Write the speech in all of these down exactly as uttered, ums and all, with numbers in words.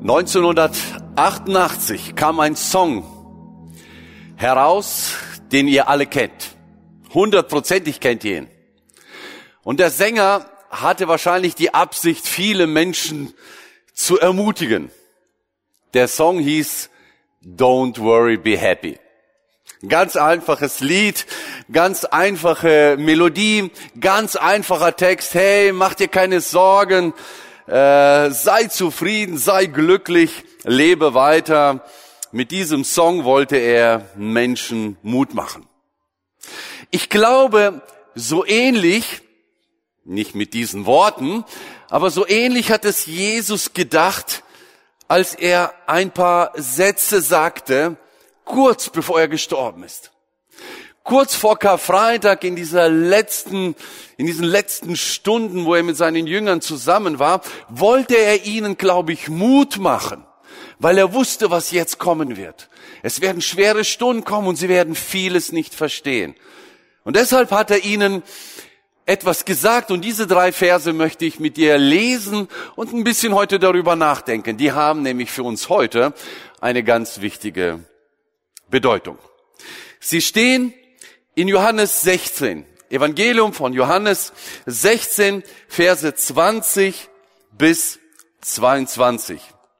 neunzehnhundertachtundachtzig kam ein Song heraus, den ihr alle kennt. Hundertprozentig kennt ihr ihn. Und der Sänger hatte wahrscheinlich die Absicht, viele Menschen zu ermutigen. Der Song hieß Don't Worry, Be Happy. Ganz einfaches Lied, ganz einfache Melodie, ganz einfacher Text. Hey, mach dir keine Sorgen, äh, sei zufrieden, sei glücklich, lebe weiter. Mit diesem Song wollte er Menschen Mut machen. Ich glaube, so ähnlich, nicht mit diesen Worten, aber so ähnlich hat es Jesus gedacht, als er ein paar Sätze sagte, kurz bevor er gestorben ist. Kurz vor Karfreitag in dieser letzten, in diesen letzten Stunden, wo er mit seinen Jüngern zusammen war, wollte er ihnen, glaube ich, Mut machen, weil er wusste, was jetzt kommen wird. Es werden schwere Stunden kommen und sie werden vieles nicht verstehen. Und deshalb hat er ihnen etwas gesagt und diese drei Verse möchte ich mit dir lesen und ein bisschen heute darüber nachdenken. Die haben nämlich für uns heute eine ganz wichtige Bedeutung. Sie stehen in Johannes sechzehn, Evangelium von Johannes sechzehn, Verse zwanzig bis zweiundzwanzig.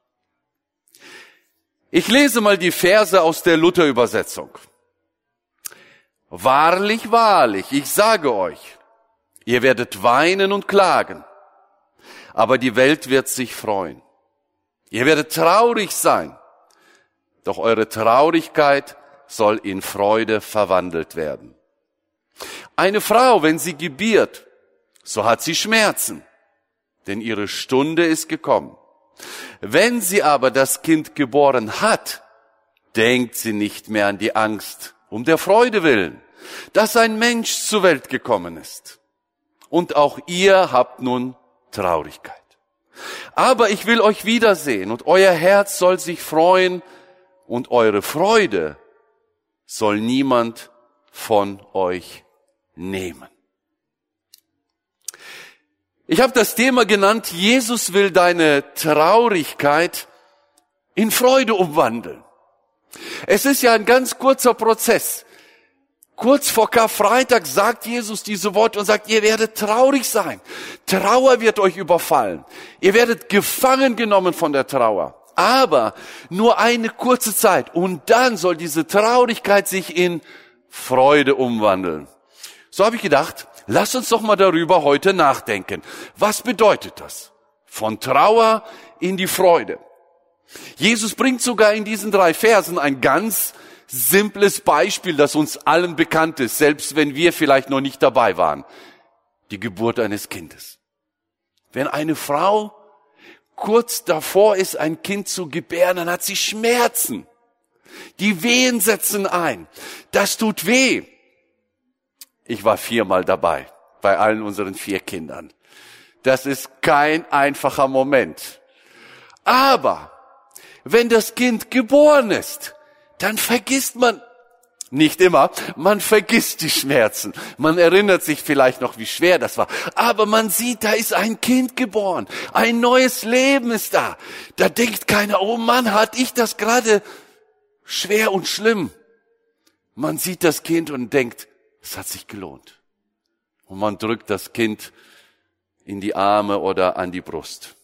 Ich lese mal die Verse aus der Luther-Übersetzung. Wahrlich, wahrlich, ich sage euch, ihr werdet weinen und klagen, aber die Welt wird sich freuen. Ihr werdet traurig sein, doch eure Traurigkeit soll in Freude verwandelt werden. Eine Frau, wenn sie gebiert, so hat sie Schmerzen, denn ihre Stunde ist gekommen. Wenn sie aber das Kind geboren hat, denkt sie nicht mehr an die Angst, um der Freude willen, dass ein Mensch zur Welt gekommen ist. Und auch ihr habt nun Traurigkeit. Aber ich will euch wiedersehen und euer Herz soll sich freuen und eure Freude soll niemand von euch nehmen. Ich habe das Thema genannt, Jesus will deine Traurigkeit in Freude umwandeln. Es ist ja ein ganz kurzer Prozess. Kurz vor Karfreitag sagt Jesus diese Worte und sagt, ihr werdet traurig sein. Trauer wird euch überfallen. Ihr werdet gefangen genommen von der Trauer. Aber nur eine kurze Zeit. Und dann soll diese Traurigkeit sich in Freude umwandeln. So habe ich gedacht, lasst uns doch mal darüber heute nachdenken. Was bedeutet das? Von Trauer in die Freude. Jesus bringt sogar in diesen drei Versen ein ganz simples Beispiel, das uns allen bekannt ist, selbst wenn wir vielleicht noch nicht dabei waren. Die Geburt eines Kindes. Wenn eine Frau kurz davor ist, ein Kind zu gebären, dann hat sie Schmerzen. Die Wehen setzen ein. Das tut weh. Ich war viermal dabei, bei allen unseren vier Kindern. Das ist kein einfacher Moment. Aber wenn das Kind geboren ist, dann vergisst man, nicht immer, man vergisst die Schmerzen. Man erinnert sich vielleicht noch, wie schwer das war. Aber man sieht, da ist ein Kind geboren. Ein neues Leben ist da. Da denkt keiner, oh Mann, hatte ich das gerade schwer und schlimm. Man sieht das Kind und denkt, es hat sich gelohnt. Und man drückt das Kind in die Arme oder an die Brust.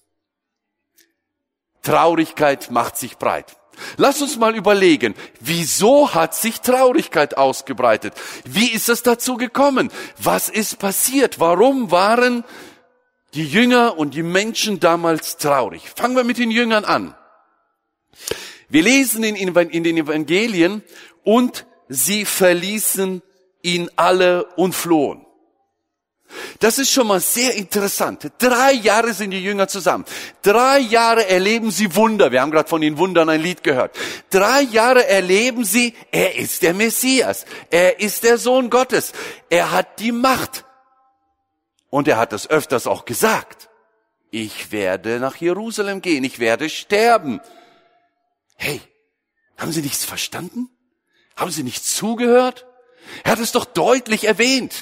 Traurigkeit macht sich breit. Lass uns mal überlegen, wieso hat sich Traurigkeit ausgebreitet? Wie ist es dazu gekommen? Was ist passiert? Warum waren die Jünger und die Menschen damals traurig? Fangen wir mit den Jüngern an. Wir lesen in, in den Evangelien, und sie verließen ihn alle und flohen. Das ist schon mal sehr interessant. Drei Jahre sind die Jünger zusammen. Drei Jahre erleben sie Wunder. Wir haben gerade von den Wundern ein Lied gehört. Drei Jahre erleben sie, er ist der Messias. Er ist der Sohn Gottes. Er hat die Macht. Und er hat das öfters auch gesagt. Ich werde nach Jerusalem gehen. Ich werde sterben. Hey, haben Sie nichts verstanden? Haben Sie nicht zugehört? Er hat es doch deutlich erwähnt.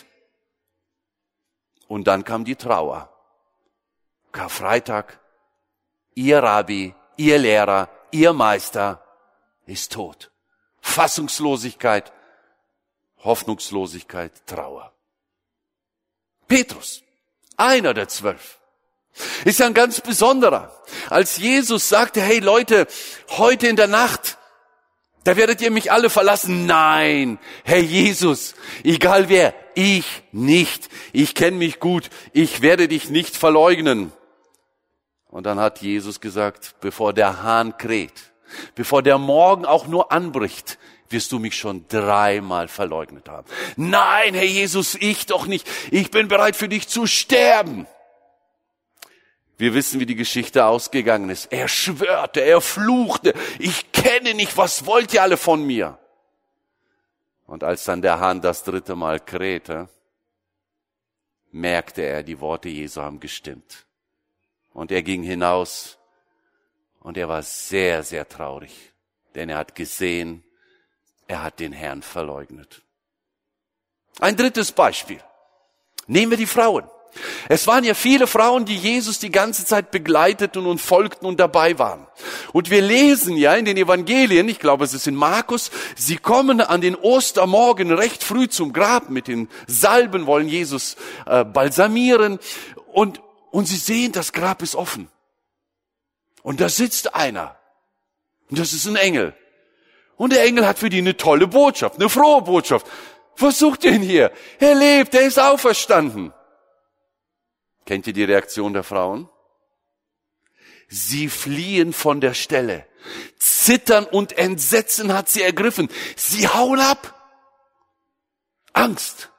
Und dann kam die Trauer. Karfreitag, ihr Rabbi ihr Lehrer, ihr Meister ist tot. Fassungslosigkeit, Hoffnungslosigkeit, Trauer. Petrus, einer der zwölf, ist ja ein ganz besonderer. Als Jesus sagte, hey Leute, heute in der Nacht, da werdet ihr mich alle verlassen. Nein, Herr Jesus, egal wer, ich nicht. Ich kenne mich gut, ich werde dich nicht verleugnen. Und dann hat Jesus gesagt, bevor der Hahn kräht, bevor der Morgen auch nur anbricht, wirst du mich schon dreimal verleugnet haben. Nein, Herr Jesus, ich doch nicht. Ich bin bereit für dich zu sterben. Wir wissen, wie die Geschichte ausgegangen ist. Er schwörte, er fluchte. Ich kenne nicht, was wollt ihr alle von mir? Und als dann der Hahn das dritte Mal krähte, merkte er, die Worte Jesu haben gestimmt. Und er ging hinaus und er war sehr, sehr traurig, denn er hat gesehen, er hat den Herrn verleugnet. Ein drittes Beispiel. Nehmen wir die Frauen. Es waren ja viele Frauen, die Jesus die ganze Zeit begleiteten und folgten und dabei waren. Und wir lesen ja in den Evangelien, ich glaube es ist in Markus, sie kommen an den Ostermorgen recht früh zum Grab mit den Salben, wollen Jesus äh, balsamieren und, und sie sehen, das Grab ist offen. Und da sitzt einer. Und das ist ein Engel. Und der Engel hat für die eine tolle Botschaft, eine frohe Botschaft. Was sucht ihr denn hier? Er lebt, er ist auferstanden. Kennt ihr die Reaktion der Frauen? Sie fliehen von der Stelle. Zittern und Entsetzen hat sie ergriffen. Sie hauen ab. Angst.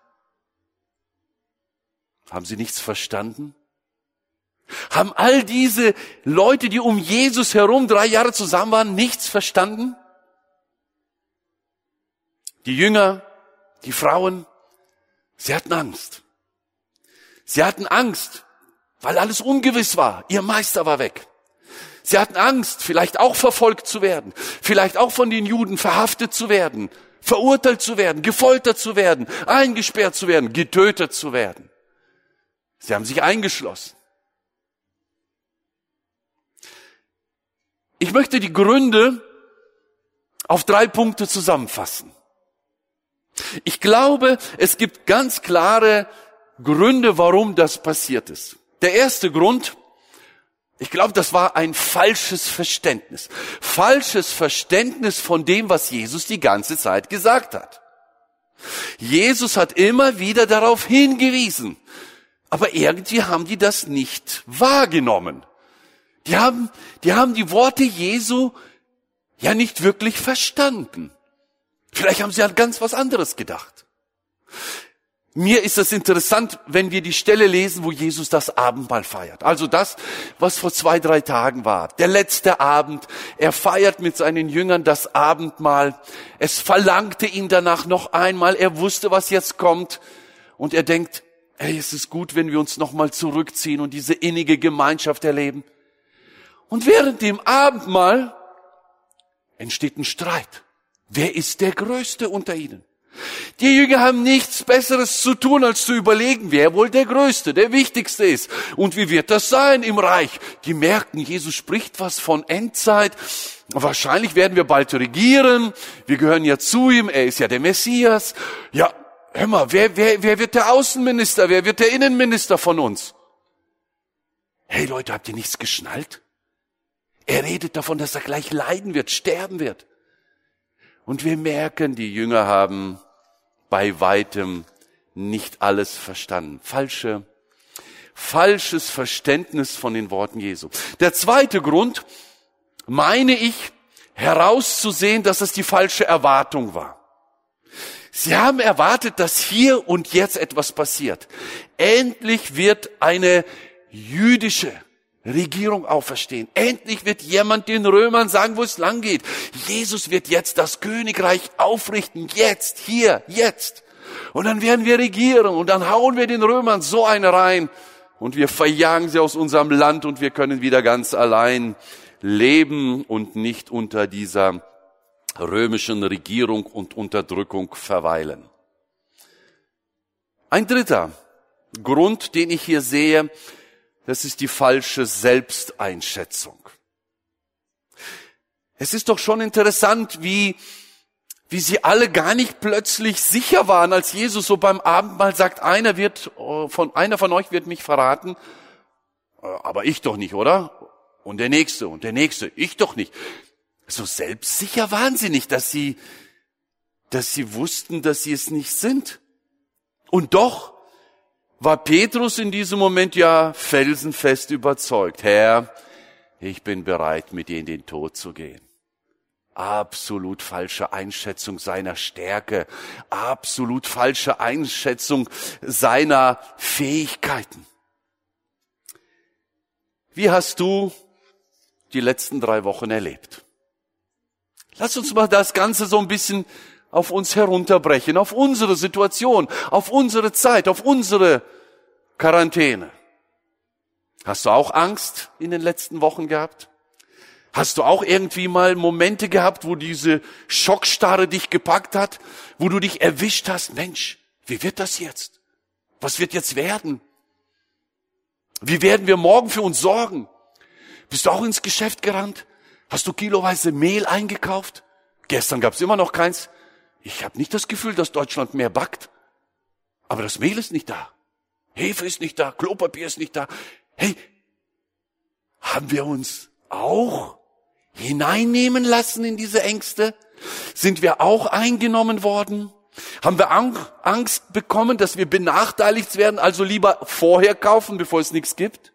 Haben sie nichts verstanden? Haben all diese Leute, die um Jesus herum drei Jahre zusammen waren, nichts verstanden? Die Jünger, die Frauen, sie hatten Angst. Sie hatten Angst, weil alles ungewiss war. Ihr Meister war weg. Sie hatten Angst, vielleicht auch verfolgt zu werden, vielleicht auch von den Juden verhaftet zu werden, verurteilt zu werden, gefoltert zu werden, eingesperrt zu werden, getötet zu werden. Sie haben sich eingeschlossen. Ich möchte die Gründe auf drei Punkte zusammenfassen. Ich glaube, es gibt ganz klare Gründe, warum das passiert ist. Der erste Grund, ich glaube, das war ein falsches Verständnis. Falsches Verständnis von dem, was Jesus die ganze Zeit gesagt hat. Jesus hat immer wieder darauf hingewiesen, aber irgendwie haben die das nicht wahrgenommen. Die haben, die haben die Worte Jesu ja nicht wirklich verstanden. Vielleicht haben sie an ganz was anderes gedacht. Mir ist es interessant, wenn wir die Stelle lesen, wo Jesus das Abendmahl feiert. Also das, was vor zwei, drei Tagen war. Der letzte Abend. Er feiert mit seinen Jüngern das Abendmahl. Es verlangte ihn danach noch einmal. Er wusste, was jetzt kommt. Und er denkt, hey, es ist gut, wenn wir uns nochmal zurückziehen und diese innige Gemeinschaft erleben. Und während dem Abendmahl entsteht ein Streit. Wer ist der Größte unter ihnen? Die Jünger haben nichts Besseres zu tun, als zu überlegen, wer wohl der Größte, der Wichtigste ist. Und wie wird das sein im Reich? Die merken, Jesus spricht was von Endzeit. Wahrscheinlich werden wir bald regieren. Wir gehören ja zu ihm. Er ist ja der Messias. Ja, hör mal, wer, wer, wer wird der Außenminister? Wer wird der Innenminister von uns? Hey Leute, habt ihr nichts geschnallt? Er redet davon, dass er gleich leiden wird, sterben wird. Und wir merken, die Jünger haben bei weitem nicht alles verstanden. Falsche, falsches Verständnis von den Worten Jesu. Der zweite Grund, meine ich, herauszusehen, dass es die falsche Erwartung war. Sie haben erwartet, dass hier und jetzt etwas passiert. Endlich wird eine jüdische Regierung auferstehen. Endlich wird jemand den Römern sagen, wo es lang geht. Jesus wird jetzt das Königreich aufrichten. Jetzt, hier, jetzt. Und dann werden wir regieren und dann hauen wir den Römern so eine rein und wir verjagen sie aus unserem Land und wir können wieder ganz allein leben und nicht unter dieser römischen Regierung und Unterdrückung verweilen. Ein dritter Grund, den ich hier sehe, das ist die falsche Selbsteinschätzung. Es ist doch schon interessant, wie, wie sie alle gar nicht plötzlich sicher waren, als Jesus so beim Abendmahl sagt, einer wird, von, einer von euch wird mich verraten, aber ich doch nicht, oder? Und der Nächste und der Nächste, ich doch nicht. So selbstsicher waren sie nicht, dass sie, dass sie wussten, dass sie es nicht sind. Und doch war Petrus in diesem Moment ja felsenfest überzeugt. Herr, ich bin bereit, mit dir in den Tod zu gehen. Absolut falsche Einschätzung seiner Stärke, absolut falsche Einschätzung seiner Fähigkeiten. Wie hast du die letzten drei Wochen erlebt? Lass uns mal das Ganze so ein bisschen auf uns herunterbrechen, auf unsere Situation, auf unsere Zeit, auf unsere Quarantäne. Hast du auch Angst in den letzten Wochen gehabt? Hast du auch irgendwie mal Momente gehabt, wo diese Schockstarre dich gepackt hat, wo du dich erwischt hast? Mensch, wie wird das jetzt? Was wird jetzt werden? Wie werden wir morgen für uns sorgen? Bist du auch ins Geschäft gerannt? Hast du kiloweise Mehl eingekauft? Gestern gab es immer noch keins. Ich habe nicht das Gefühl, dass Deutschland mehr backt. Aber das Mehl ist nicht da. Hefe ist nicht da. Klopapier ist nicht da. Hey, haben wir uns auch hineinnehmen lassen in diese Ängste? Sind wir auch eingenommen worden? Haben wir Angst bekommen, dass wir benachteiligt werden, also lieber vorher kaufen, bevor es nichts gibt?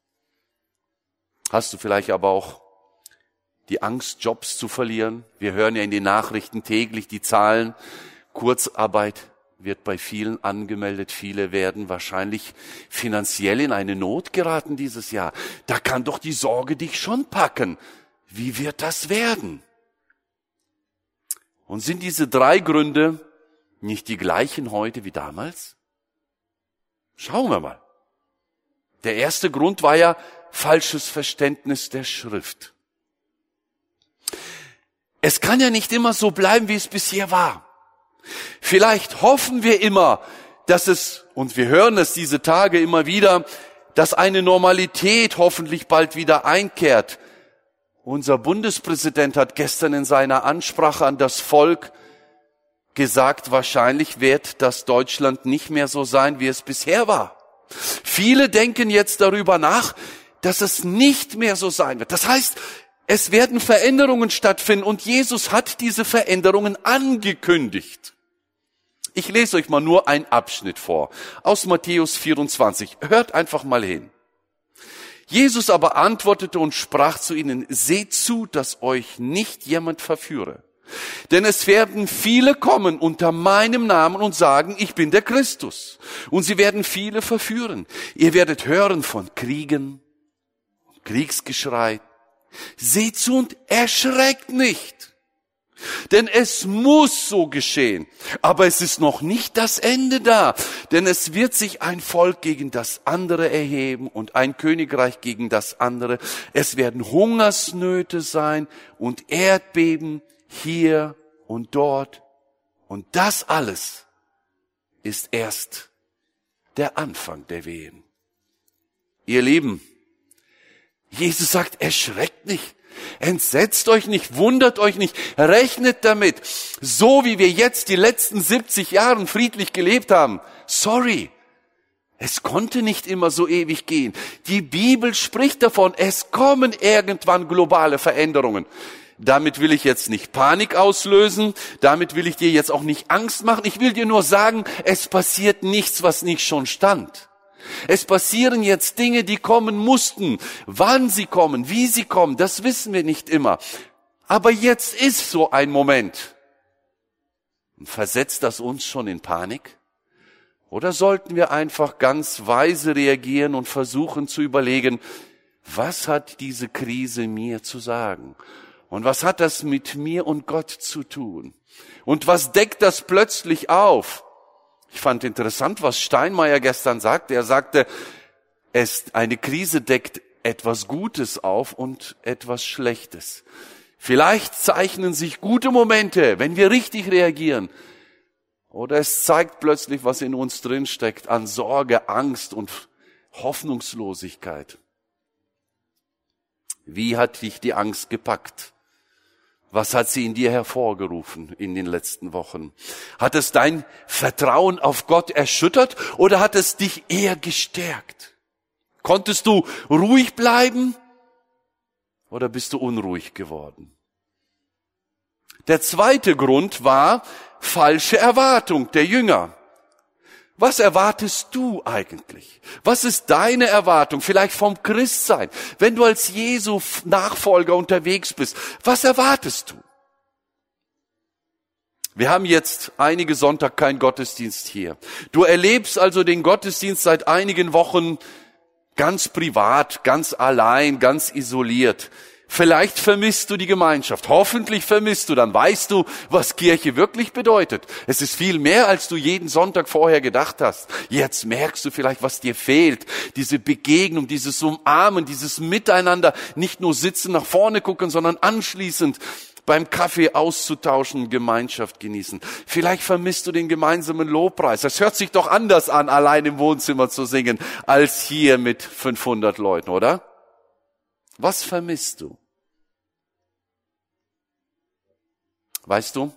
Hast du vielleicht aber auch die Angst, Jobs zu verlieren? Wir hören ja in den Nachrichten täglich die Zahlen. Kurzarbeit wird bei vielen angemeldet. Viele werden wahrscheinlich finanziell in eine Not geraten dieses Jahr. Da kann doch die Sorge dich schon packen. Wie wird das werden? Und sind diese drei Gründe nicht die gleichen heute wie damals? Schauen wir mal. Der erste Grund war ja falsches Verständnis der Schrift. Es kann ja nicht immer so bleiben, wie es bisher war. Vielleicht hoffen wir immer, dass es, und wir hören es diese Tage immer wieder, dass eine Normalität hoffentlich bald wieder einkehrt. Unser Bundespräsident hat gestern in seiner Ansprache an das Volk gesagt, wahrscheinlich wird das Deutschland nicht mehr so sein, wie es bisher war. Viele denken jetzt darüber nach, dass es nicht mehr so sein wird. Das heißt, es werden Veränderungen stattfinden und Jesus hat diese Veränderungen angekündigt. Ich lese euch mal nur einen Abschnitt vor aus Matthäus vierundzwanzig. Hört einfach mal hin. Jesus aber antwortete und sprach zu ihnen, seht zu, dass euch nicht jemand verführe. Denn es werden viele kommen unter meinem Namen und sagen, ich bin der Christus. Und sie werden viele verführen. Ihr werdet hören von Kriegen, Kriegsgeschrei. Seht zu und erschreckt nicht. Denn es muss so geschehen. Aber es ist noch nicht das Ende da. Denn es wird sich ein Volk gegen das andere erheben und ein Königreich gegen das andere. Es werden Hungersnöte sein und Erdbeben hier und dort. Und das alles ist erst der Anfang der Wehen. Ihr Lieben, Jesus sagt, erschreckt nicht, entsetzt euch nicht, wundert euch nicht, rechnet damit. So wie wir jetzt die letzten siebzig Jahre friedlich gelebt haben, sorry, es konnte nicht immer so ewig gehen. Die Bibel spricht davon, es kommen irgendwann globale Veränderungen. Damit will ich jetzt nicht Panik auslösen, damit will ich dir jetzt auch nicht Angst machen. Ich will dir nur sagen, es passiert nichts, was nicht schon stand. Es passieren jetzt Dinge, die kommen mussten. Wann sie kommen, wie sie kommen, das wissen wir nicht immer. Aber jetzt ist so ein Moment. Versetzt das uns schon in Panik? Oder sollten wir einfach ganz weise reagieren und versuchen zu überlegen, was hat diese Krise mir zu sagen? Und was hat das mit mir und Gott zu tun? Und was deckt das plötzlich auf? Ich fand interessant, was Steinmeier gestern sagte. Er sagte, es, eine Krise deckt etwas Gutes auf und etwas Schlechtes. Vielleicht zeichnen sich gute Momente, wenn wir richtig reagieren. Oder es zeigt plötzlich, was in uns drin steckt, an Sorge, Angst und Hoffnungslosigkeit. Wie hat dich die Angst gepackt? Was hat sie in dir hervorgerufen in den letzten Wochen? Hat es dein Vertrauen auf Gott erschüttert oder hat es dich eher gestärkt? Konntest du ruhig bleiben oder bist du unruhig geworden? Der zweite Grund war falsche Erwartung der Jünger. Was erwartest du eigentlich? Was ist deine Erwartung? Vielleicht vom Christsein. Wenn du als Jesu Nachfolger unterwegs bist, was erwartest du? Wir haben jetzt einige Sonntag keinen Gottesdienst hier. Du erlebst also den Gottesdienst seit einigen Wochen ganz privat, ganz allein, ganz isoliert. Vielleicht vermisst du die Gemeinschaft. Hoffentlich vermisst du, dann weißt du, was Kirche wirklich bedeutet. Es ist viel mehr, als du jeden Sonntag vorher gedacht hast. Jetzt merkst du vielleicht, was dir fehlt. Diese Begegnung, dieses Umarmen, dieses Miteinander. Nicht nur sitzen, nach vorne gucken, sondern anschließend beim Kaffee auszutauschen, Gemeinschaft genießen. Vielleicht vermisst du den gemeinsamen Lobpreis. Das hört sich doch anders an, allein im Wohnzimmer zu singen, als hier mit fünfhundert Leuten, oder? Was vermisst du? Weißt du,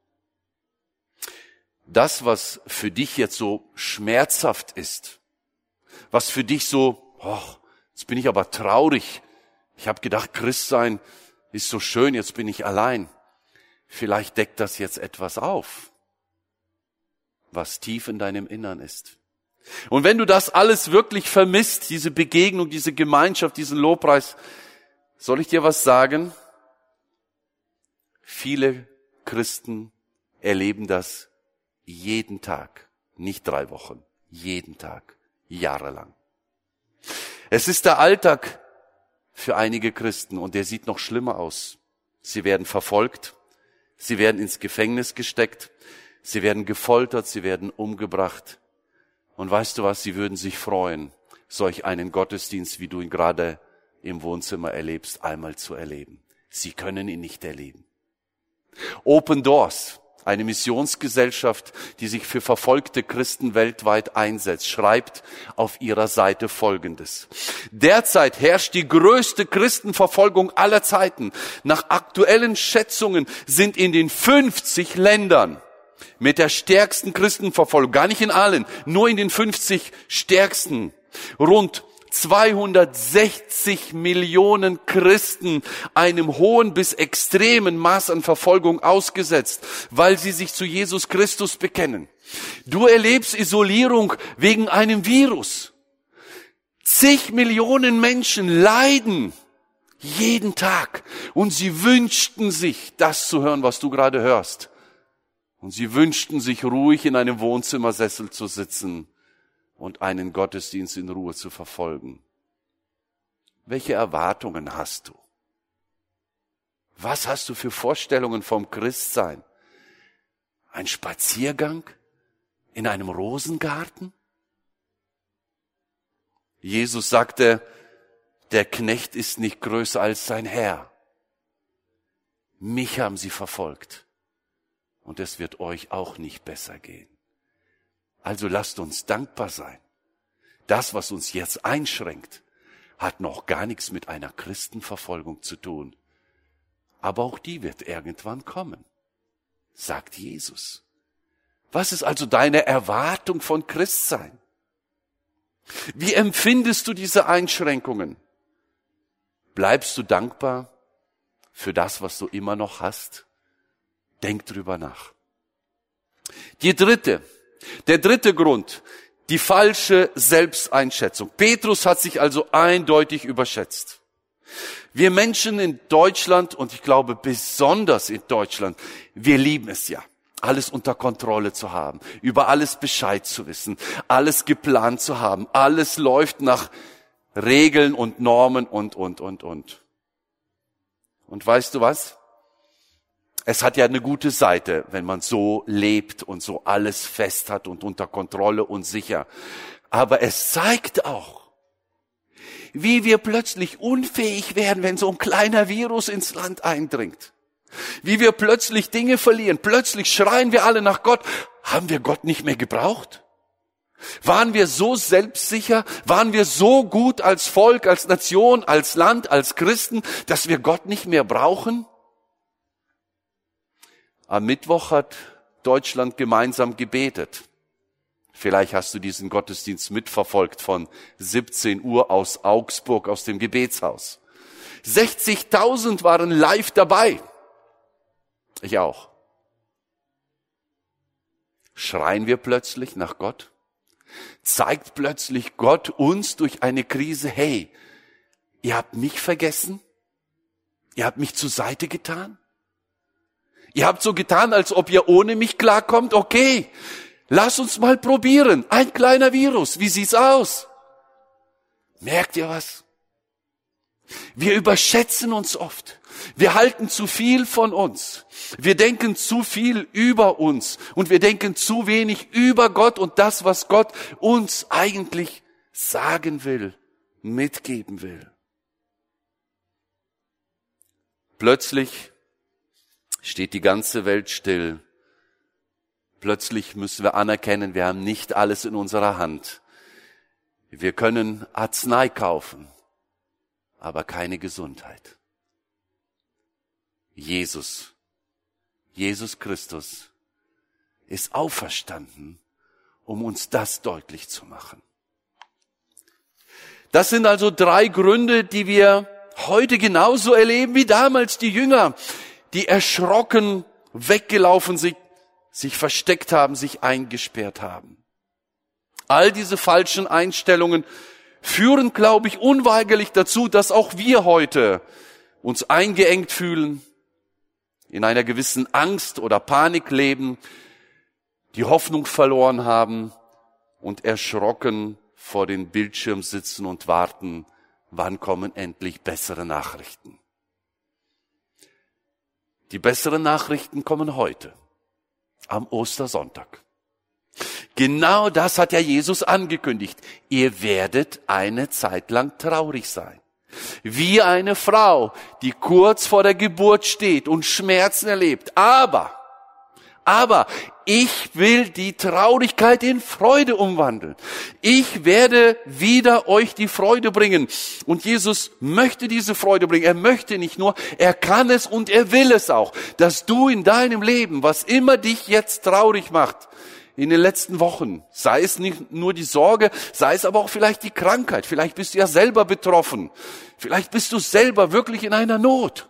das, was für dich jetzt so schmerzhaft ist, was für dich so, oh, jetzt bin ich aber traurig. Ich habe gedacht, Christsein ist so schön, jetzt bin ich allein. Vielleicht deckt das jetzt etwas auf, was tief in deinem Innern ist. Und wenn du das alles wirklich vermisst, diese Begegnung, diese Gemeinschaft, diesen Lobpreis, soll ich dir was sagen? Viele Christen erleben das jeden Tag, nicht drei Wochen, jeden Tag, jahrelang. Es ist der Alltag für einige Christen und der sieht noch schlimmer aus. Sie werden verfolgt, sie werden ins Gefängnis gesteckt, sie werden gefoltert, sie werden umgebracht. Und weißt du was, sie würden sich freuen, solch einen Gottesdienst, wie du ihn gerade im Wohnzimmer erlebst, einmal zu erleben. Sie können ihn nicht erleben. Open Doors, eine Missionsgesellschaft, die sich für verfolgte Christen weltweit einsetzt, schreibt auf ihrer Seite Folgendes. Derzeit herrscht die größte Christenverfolgung aller Zeiten. Nach aktuellen Schätzungen sind in den fünfzig Ländern mit der stärksten Christenverfolgung, gar nicht in allen, nur in den fünfzig stärksten, rund zweihundertsechzig Millionen Christen einem hohen bis extremen Maß an Verfolgung ausgesetzt, weil sie sich zu Jesus Christus bekennen. Du erlebst Isolierung wegen einem Virus. Zig Millionen Menschen leiden jeden Tag und sie wünschten sich, das zu hören, was du gerade hörst. Und sie wünschten sich, ruhig in einem Wohnzimmersessel zu sitzen und einen Gottesdienst in Ruhe zu verfolgen. Welche Erwartungen hast du? Was hast du für Vorstellungen vom Christsein? Ein Spaziergang in einem Rosengarten? Jesus sagte, der Knecht ist nicht größer als sein Herr. Mich haben sie verfolgt. Und es wird euch auch nicht besser gehen. Also lasst uns dankbar sein. Das, was uns jetzt einschränkt, hat noch gar nichts mit einer Christenverfolgung zu tun. Aber auch die wird irgendwann kommen, sagt Jesus. Was ist also deine Erwartung von Christsein? Wie empfindest du diese Einschränkungen? Bleibst du dankbar für das, was du immer noch hast? Denk drüber nach. Die dritte, der dritte Grund, die falsche Selbsteinschätzung. Petrus hat sich also eindeutig überschätzt. Wir Menschen in Deutschland, und ich glaube besonders in Deutschland, wir lieben es ja, alles unter Kontrolle zu haben, über alles Bescheid zu wissen, alles geplant zu haben, alles läuft nach Regeln und Normen und, und, und, und. Und weißt du was? Es hat ja eine gute Seite, wenn man so lebt und so alles fest hat und unter Kontrolle und sicher. Aber es zeigt auch, wie wir plötzlich unfähig werden, wenn so ein kleiner Virus ins Land eindringt. Wie wir plötzlich Dinge verlieren. Plötzlich schreien wir alle nach Gott. Haben wir Gott nicht mehr gebraucht? Waren wir so selbstsicher? Waren wir so gut als Volk, als Nation, als Land, als Christen, dass wir Gott nicht mehr brauchen? Am Mittwoch hat Deutschland gemeinsam gebetet. Vielleicht hast du diesen Gottesdienst mitverfolgt von siebzehn Uhr aus Augsburg, aus dem Gebetshaus. sechzigtausend waren live dabei. Ich auch. Schreien wir plötzlich nach Gott? Zeigt plötzlich Gott uns durch eine Krise, hey, ihr habt mich vergessen? Ihr habt mich zur Seite getan? Ihr habt so getan, als ob ihr ohne mich klarkommt? Okay, lass uns mal probieren. Ein kleiner Virus, wie sieht's aus? Merkt ihr was? Wir überschätzen uns oft. Wir halten zu viel von uns. Wir denken zu viel über uns und wir denken zu wenig über Gott und das, was Gott uns eigentlich sagen will, mitgeben will. Plötzlich steht die ganze Welt still. Plötzlich müssen wir anerkennen, wir haben nicht alles in unserer Hand. Wir können Arznei kaufen, aber keine Gesundheit. Jesus, Jesus Christus ist auferstanden, um uns das deutlich zu machen. Das sind also drei Gründe, die wir heute genauso erleben wie damals die Jünger, die erschrocken weggelaufen sind, sich versteckt haben, sich eingesperrt haben. All diese falschen Einstellungen führen, glaube ich, unweigerlich dazu, dass auch wir heute uns eingeengt fühlen, in einer gewissen Angst oder Panik leben, die Hoffnung verloren haben und erschrocken vor den Bildschirm sitzen und warten, wann kommen endlich bessere Nachrichten. Die besseren Nachrichten kommen heute, am Ostersonntag. Genau das hat ja Jesus angekündigt. Ihr werdet eine Zeit lang traurig sein. Wie eine Frau, die kurz vor der Geburt steht und Schmerzen erlebt. Aber, aber ich will die Traurigkeit in Freude umwandeln. Ich werde wieder euch die Freude bringen. Und Jesus möchte diese Freude bringen. Er möchte nicht nur, er kann es und er will es auch, dass du in deinem Leben, was immer dich jetzt traurig macht, in den letzten Wochen, sei es nicht nur die Sorge, sei es aber auch vielleicht die Krankheit, vielleicht bist du ja selber betroffen, vielleicht bist du selber wirklich in einer Not.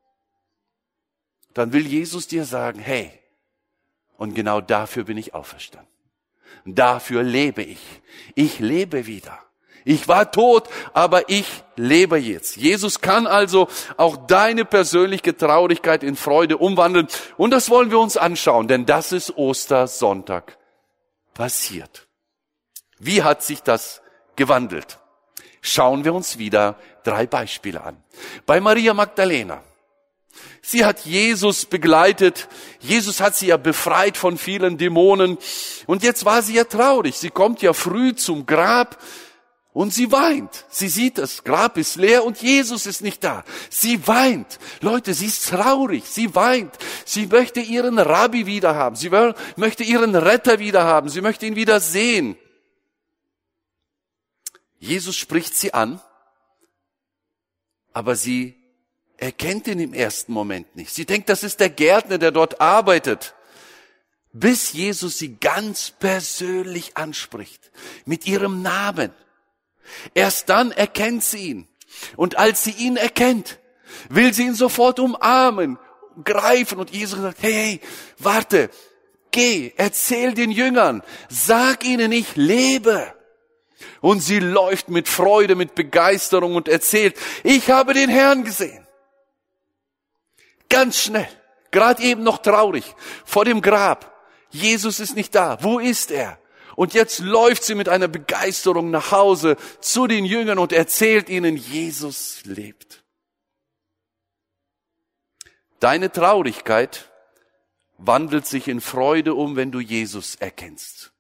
Dann will Jesus dir sagen, hey, und genau dafür bin ich auferstanden. Dafür lebe ich. Ich lebe wieder. Ich war tot, aber ich lebe jetzt. Jesus kann also auch deine persönliche Traurigkeit in Freude umwandeln. Und das wollen wir uns anschauen, denn das ist Ostersonntag passiert. Wie hat sich das gewandelt? Schauen wir uns wieder drei Beispiele an. Bei Maria Magdalena. Sie hat Jesus begleitet. Jesus hat sie ja befreit von vielen Dämonen. Und jetzt war sie ja traurig. Sie kommt ja früh zum Grab. Und sie weint. Sie sieht, das Grab ist leer und Jesus ist nicht da. Sie weint. Leute, sie ist traurig. Sie weint. Sie möchte ihren Rabbi wieder haben. Sie möchte ihren Retter wieder haben. Sie möchte ihn wieder sehen. Jesus spricht sie an, aber sie erkennt ihn im ersten Moment nicht. Sie denkt, das ist der Gärtner, der dort arbeitet. Bis Jesus sie ganz persönlich anspricht. Mit ihrem Namen. Erst dann erkennt sie ihn. Und als sie ihn erkennt, will sie ihn sofort umarmen, greifen. Und Jesus sagt, hey, warte, geh, erzähl den Jüngern, sag ihnen, ich lebe. Und sie läuft mit Freude, mit Begeisterung und erzählt, ich habe den Herrn gesehen. Ganz schnell, gerade eben noch traurig, vor dem Grab. Jesus ist nicht da. Wo ist er? Und jetzt läuft sie mit einer Begeisterung nach Hause zu den Jüngern und erzählt ihnen, Jesus lebt. Deine Traurigkeit wandelt sich in Freude um, wenn du Jesus erkennst.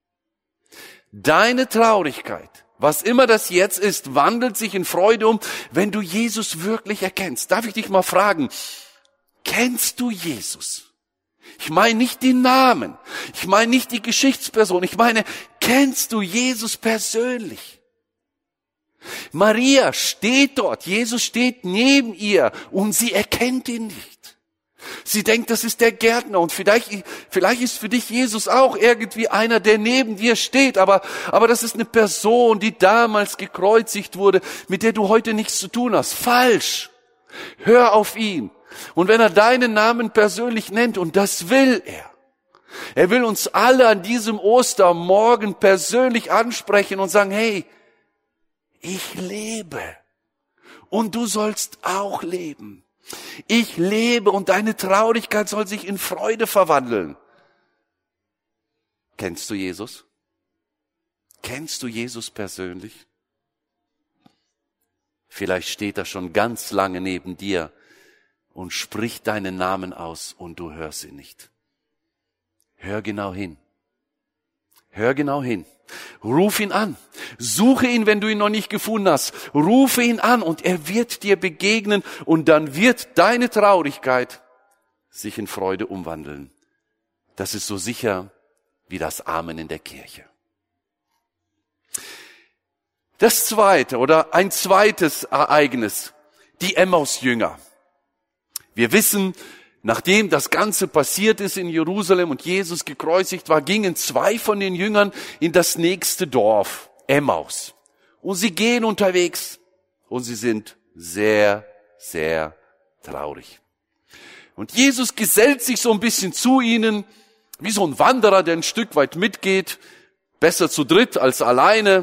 Deine Traurigkeit, was immer das jetzt ist, wandelt sich in Freude um, wenn du Jesus wirklich erkennst. Darf ich dich mal fragen, kennst du Jesus? Ich meine nicht den Namen. Ich meine nicht die Geschichtsperson. Ich meine, kennst du Jesus persönlich? Maria steht dort. Jesus steht neben ihr und sie erkennt ihn nicht. Sie denkt, das ist der Gärtner und vielleicht, vielleicht ist für dich Jesus auch irgendwie einer, der neben dir steht, aber, aber das ist eine Person, die damals gekreuzigt wurde, mit der du heute nichts zu tun hast. Falsch. Hör auf ihn. Und wenn er deinen Namen persönlich nennt, und das will er, er will uns alle an diesem Ostermorgen persönlich ansprechen und sagen, hey, ich lebe und du sollst auch leben. Ich lebe und deine Traurigkeit soll sich in Freude verwandeln. Kennst du Jesus? Kennst du Jesus persönlich? Vielleicht steht er schon ganz lange neben dir und spricht deinen Namen aus und du hörst ihn nicht. Hör genau hin. Hör genau hin. Ruf ihn an. Suche ihn, wenn du ihn noch nicht gefunden hast. Rufe ihn an und er wird dir begegnen und dann wird deine Traurigkeit sich in Freude umwandeln. Das ist so sicher wie das Amen in der Kirche. Das zweite oder ein zweites Ereignis, die Emmaus-Jünger. Wir wissen, nachdem das Ganze passiert ist in Jerusalem und Jesus gekreuzigt war, gingen zwei von den Jüngern in das nächste Dorf, Emmaus. Und sie gehen unterwegs und sie sind sehr, sehr traurig. Und Jesus gesellt sich so ein bisschen zu ihnen, wie so ein Wanderer, der ein Stück weit mitgeht, besser zu dritt als alleine.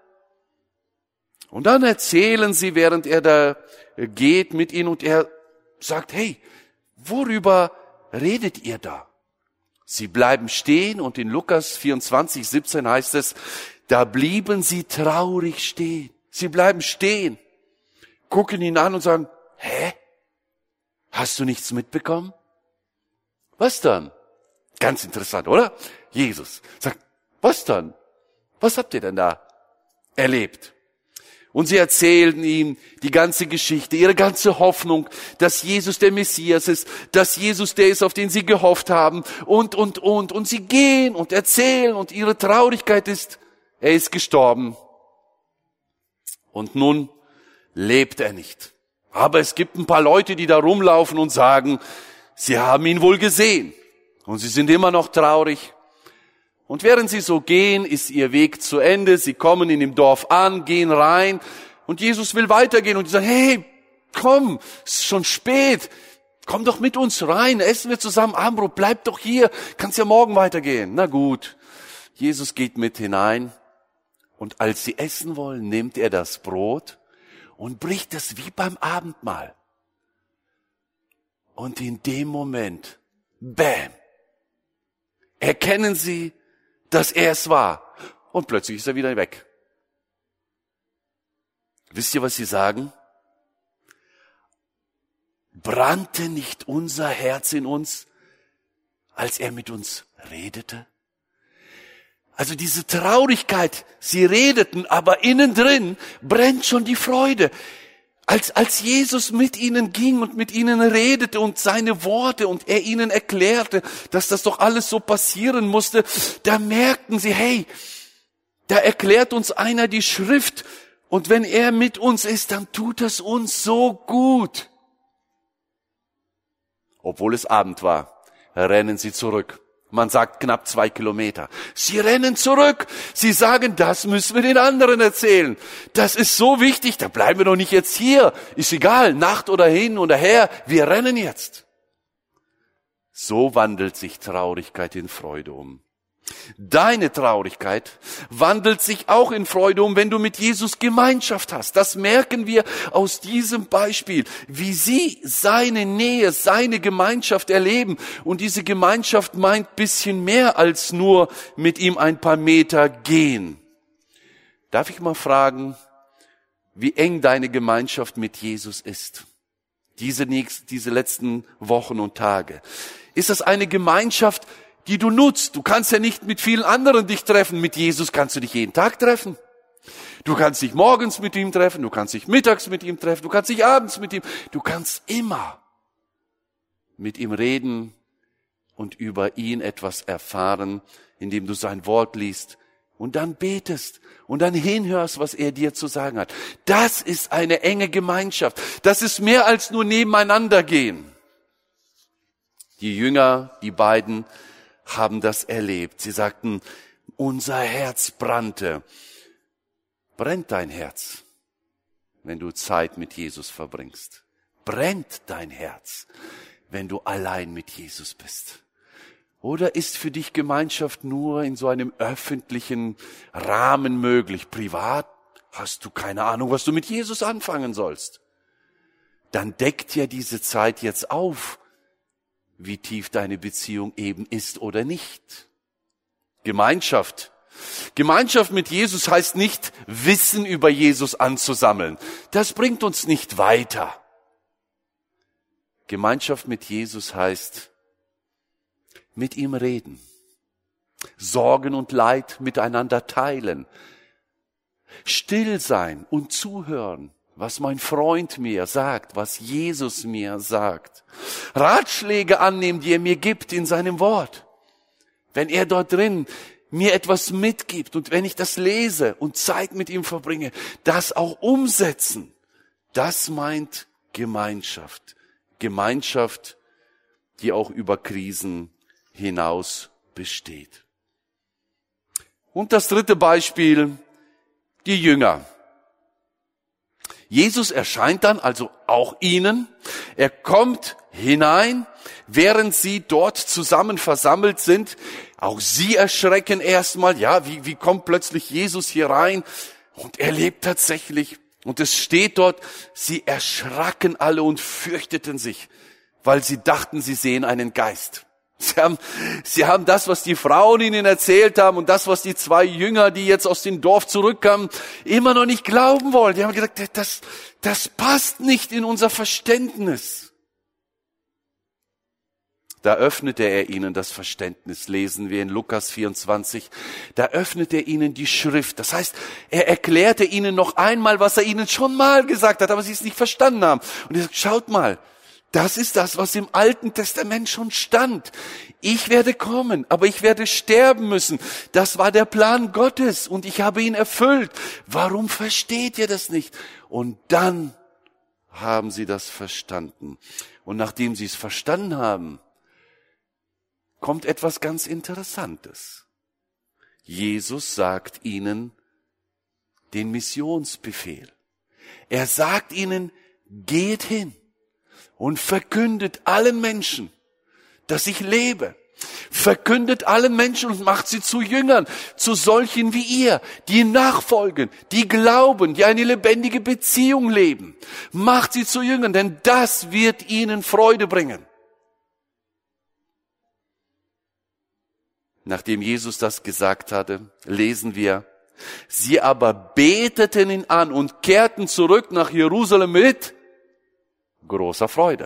Und dann erzählen sie, während er da geht mit ihnen und er sagt, hey, worüber redet ihr da? Sie bleiben stehen und in Lukas vierundzwanzig, siebzehn heißt es, da blieben sie traurig stehen. Sie bleiben stehen, gucken ihn an und sagen, hä? Hast du nichts mitbekommen? Was dann? Ganz interessant, oder? Jesus sagt, was dann? Was habt ihr denn da erlebt? Und sie erzählten ihm die ganze Geschichte, ihre ganze Hoffnung, dass Jesus der Messias ist, dass Jesus der ist, auf den sie gehofft haben und, und, und. Und sie gehen und erzählen und ihre Traurigkeit ist, er ist gestorben. Und nun lebt er nicht. Aber es gibt ein paar Leute, die da rumlaufen und sagen, sie haben ihn wohl gesehen. Und sie sind immer noch traurig. Und während sie so gehen, ist ihr Weg zu Ende. Sie kommen in dem Dorf an, gehen rein. Und Jesus will weitergehen. Und die sagen, hey, komm, es ist schon spät. Komm doch mit uns rein. Essen wir zusammen Abendbrot. Bleib doch hier. Kannst ja morgen weitergehen. Na gut. Jesus geht mit hinein. Und als sie essen wollen, nimmt er das Brot und bricht es wie beim Abendmahl. Und in dem Moment, bam, erkennen sie, dass er es war. Und plötzlich ist er wieder weg. Wisst ihr, was sie sagen? Brannte nicht unser Herz in uns, als er mit uns redete? Also diese Traurigkeit, sie redeten, aber innen drin brennt schon die Freude. Als, als Jesus mit ihnen ging und mit ihnen redete und seine Worte und er ihnen erklärte, dass das doch alles so passieren musste, da merkten sie, hey, da erklärt uns einer die Schrift und wenn er mit uns ist, dann tut es uns so gut. Obwohl es Abend war, rennen sie zurück. Man sagt knapp zwei Kilometer. Sie rennen zurück. Sie sagen, das müssen wir den anderen erzählen. Das ist so wichtig, da bleiben wir doch nicht jetzt hier. Ist egal, Nacht oder hin oder her, wir rennen jetzt. So wandelt sich Traurigkeit in Freude um. Deine Traurigkeit wandelt sich auch in Freude um, wenn du mit Jesus Gemeinschaft hast. Das merken wir aus diesem Beispiel, wie sie seine Nähe, seine Gemeinschaft erleben. Und diese Gemeinschaft meint bisschen mehr als nur mit ihm ein paar Meter gehen. Darf ich mal fragen, wie eng deine Gemeinschaft mit Jesus ist? Diese, nächsten, diese letzten Wochen und Tage. Ist das eine Gemeinschaft, die du nutzt? Du kannst ja nicht mit vielen anderen dich treffen. Mit Jesus kannst du dich jeden Tag treffen. Du kannst dich morgens mit ihm treffen, du kannst dich mittags mit ihm treffen, du kannst dich abends mit ihm. Du kannst immer mit ihm reden und über ihn etwas erfahren, indem du sein Wort liest und dann betest und dann hinhörst, was er dir zu sagen hat. Das ist eine enge Gemeinschaft. Das ist mehr als nur nebeneinander gehen. Die Jünger, die beiden, haben das erlebt. Sie sagten, unser Herz brannte. Brennt dein Herz, wenn du Zeit mit Jesus verbringst? Brennt dein Herz, wenn du allein mit Jesus bist? Oder ist für dich Gemeinschaft nur in so einem öffentlichen Rahmen möglich? Privat hast du keine Ahnung, was du mit Jesus anfangen sollst. Dann deckt ja diese Zeit jetzt auf, wie tief deine Beziehung eben ist oder nicht. Gemeinschaft. Gemeinschaft mit Jesus heißt nicht, Wissen über Jesus anzusammeln. Das bringt uns nicht weiter. Gemeinschaft mit Jesus heißt, mit ihm reden, Sorgen und Leid miteinander teilen, still sein und zuhören, was mein Freund mir sagt, was Jesus mir sagt, Ratschläge annehmen, die er mir gibt in seinem Wort. Wenn er dort drin mir etwas mitgibt und wenn ich das lese und Zeit mit ihm verbringe, das auch umsetzen, das meint Gemeinschaft. Gemeinschaft, die auch über Krisen hinaus besteht. Und das dritte Beispiel, die Jünger. Jesus erscheint dann also auch ihnen. Er kommt hinein, während sie dort zusammen versammelt sind. Auch sie erschrecken erstmal. Ja, wie, wie kommt plötzlich Jesus hier rein? Und er lebt tatsächlich. Und es steht dort, sie erschraken alle und fürchteten sich, weil sie dachten, sie sehen einen Geist. Sie haben, sie haben das, was die Frauen ihnen erzählt haben und das, was die zwei Jünger, die jetzt aus dem Dorf zurückkamen, immer noch nicht glauben wollen. Die haben gesagt, das, das passt nicht in unser Verständnis. Da öffnete er ihnen das Verständnis, lesen wir in Lukas vierundzwanzig. Da öffnete er ihnen die Schrift. Das heißt, er erklärte ihnen noch einmal, was er ihnen schon mal gesagt hat, aber sie es nicht verstanden haben. Und er sagt, schaut mal, das ist das, was im Alten Testament schon stand. Ich werde kommen, aber ich werde sterben müssen. Das war der Plan Gottes und ich habe ihn erfüllt. Warum versteht ihr das nicht? Und dann haben sie das verstanden. Und nachdem sie es verstanden haben, kommt etwas ganz Interessantes. Jesus sagt ihnen den Missionsbefehl. Er sagt ihnen, geht hin und verkündet allen Menschen, dass ich lebe. Verkündet allen Menschen und macht sie zu Jüngern, zu solchen wie ihr, die nachfolgen, die glauben, die eine lebendige Beziehung leben. Macht sie zu Jüngern, denn das wird ihnen Freude bringen. Nachdem Jesus das gesagt hatte, lesen wir, sie aber beteten ihn an und kehrten zurück nach Jerusalem mit großer Freude.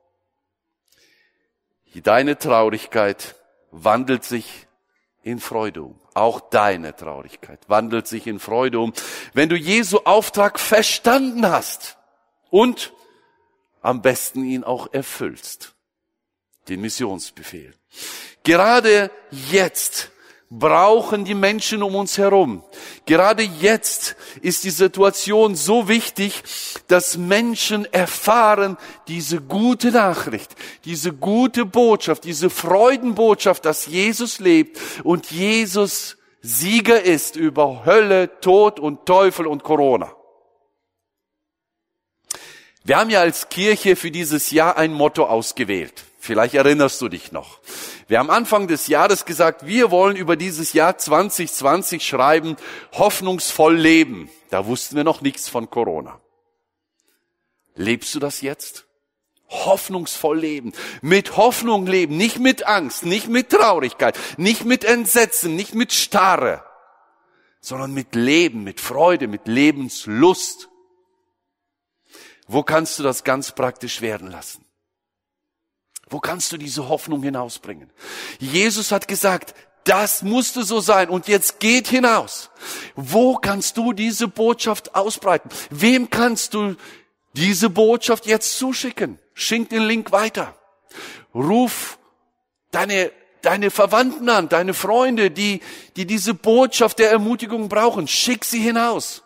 Deine Traurigkeit wandelt sich in Freude um. Auch deine Traurigkeit wandelt sich in Freude um, wenn du Jesu Auftrag verstanden hast und am besten ihn auch erfüllst. Den Missionsbefehl. Gerade jetzt brauchen die Menschen um uns herum. Gerade jetzt ist die Situation so wichtig, dass Menschen erfahren, diese gute Nachricht, diese gute Botschaft, diese Freudenbotschaft, dass Jesus lebt und Jesus Sieger ist über Hölle, Tod und Teufel und Corona. Wir haben ja als Kirche für dieses Jahr ein Motto ausgewählt. Vielleicht erinnerst du dich noch. Wir haben Anfang des Jahres gesagt, wir wollen über dieses Jahr zwanzig zwanzig schreiben, hoffnungsvoll leben. Da wussten wir noch nichts von Corona. Lebst du das jetzt? Hoffnungsvoll leben. Mit Hoffnung leben, nicht mit Angst, nicht mit Traurigkeit, nicht mit Entsetzen, nicht mit Starre, sondern mit Leben, mit Freude, mit Lebenslust. Wo kannst du das ganz praktisch werden lassen? Wo kannst du diese Hoffnung hinausbringen? Jesus hat gesagt, das musste so sein und jetzt geht hinaus. Wo kannst du diese Botschaft ausbreiten? Wem kannst du diese Botschaft jetzt zuschicken? Schink den Link weiter. Ruf deine, deine Verwandten an, deine Freunde, die, die diese Botschaft der Ermutigung brauchen. Schick sie hinaus.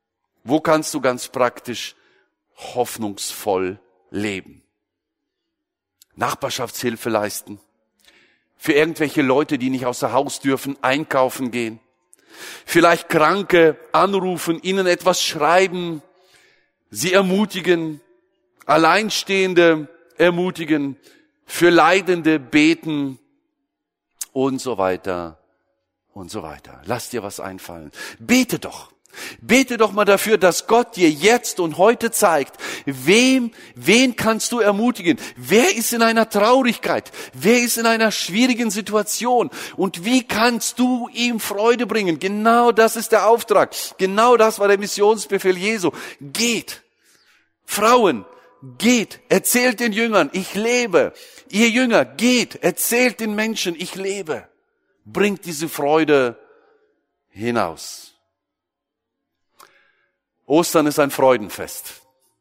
Wo kannst du ganz praktisch hoffnungsvoll leben? Nachbarschaftshilfe leisten. Für irgendwelche Leute, die nicht außer Haus dürfen, einkaufen gehen. Vielleicht Kranke anrufen, ihnen etwas schreiben, sie ermutigen, Alleinstehende ermutigen, für Leidende beten und so weiter und so weiter. Lass dir was einfallen. Bete doch. Bete doch mal dafür, dass Gott dir jetzt und heute zeigt, wem, wen kannst du ermutigen? Wer ist in einer Traurigkeit? Wer ist in einer schwierigen Situation? Und wie kannst du ihm Freude bringen? Genau das ist der Auftrag. Genau das war der Missionsbefehl Jesu. Geht. Frauen, geht. Erzählt den Jüngern, ich lebe. Ihr Jünger, geht. Erzählt den Menschen, ich lebe. Bringt diese Freude hinaus. Ostern ist ein Freudenfest.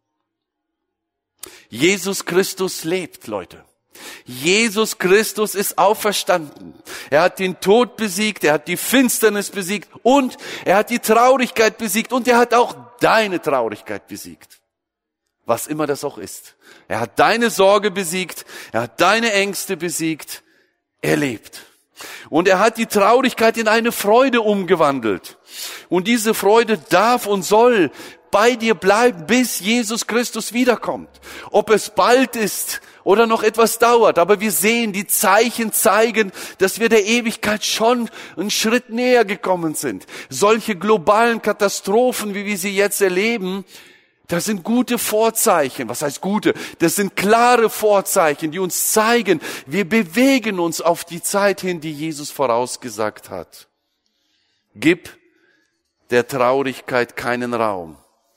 Jesus Christus lebt, Leute. Jesus Christus ist auferstanden. Er hat den Tod besiegt, er hat die Finsternis besiegt und er hat die Traurigkeit besiegt und er hat auch deine Traurigkeit besiegt. Was immer das auch ist. Er hat deine Sorge besiegt, er hat deine Ängste besiegt. Er lebt. Und er hat die Traurigkeit in eine Freude umgewandelt. Und diese Freude darf und soll bei dir bleiben, bis Jesus Christus wiederkommt. Ob es bald ist oder noch etwas dauert. Aber wir sehen, die Zeichen zeigen, dass wir der Ewigkeit schon einen Schritt näher gekommen sind. Solche globalen Katastrophen, wie wir sie jetzt erleben, das sind gute Vorzeichen. Was heißt gute? Das sind klare Vorzeichen, die uns zeigen, wir bewegen uns auf die Zeit hin, die Jesus vorausgesagt hat. Gib der Traurigkeit keinen Raum.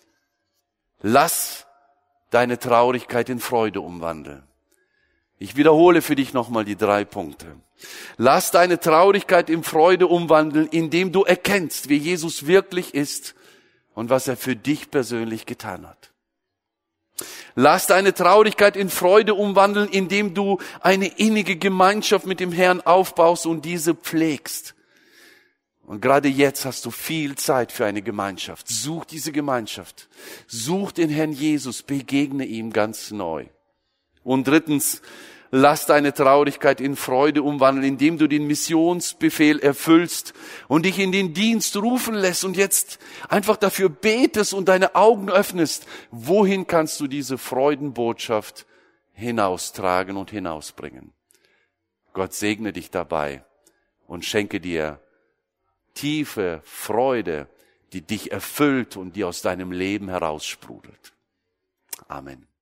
Lass deine Traurigkeit in Freude umwandeln. Ich wiederhole für dich nochmal die drei Punkte. Lass deine Traurigkeit in Freude umwandeln, indem du erkennst, wie Jesus wirklich ist und was er für dich persönlich getan hat. Lass deine Traurigkeit in Freude umwandeln, indem du eine innige Gemeinschaft mit dem Herrn aufbaust und diese pflegst. Und gerade jetzt hast du viel Zeit für eine Gemeinschaft. Such diese Gemeinschaft. Such den Herrn Jesus, begegne ihm ganz neu. Und drittens, lass deine Traurigkeit in Freude umwandeln, indem du den Missionsbefehl erfüllst und dich in den Dienst rufen lässt und jetzt einfach dafür betest und deine Augen öffnest. Wohin kannst du diese Freudenbotschaft hinaustragen und hinausbringen? Gott segne dich dabei und schenke dir tiefe Freude, die dich erfüllt und die aus deinem Leben heraussprudelt. Amen.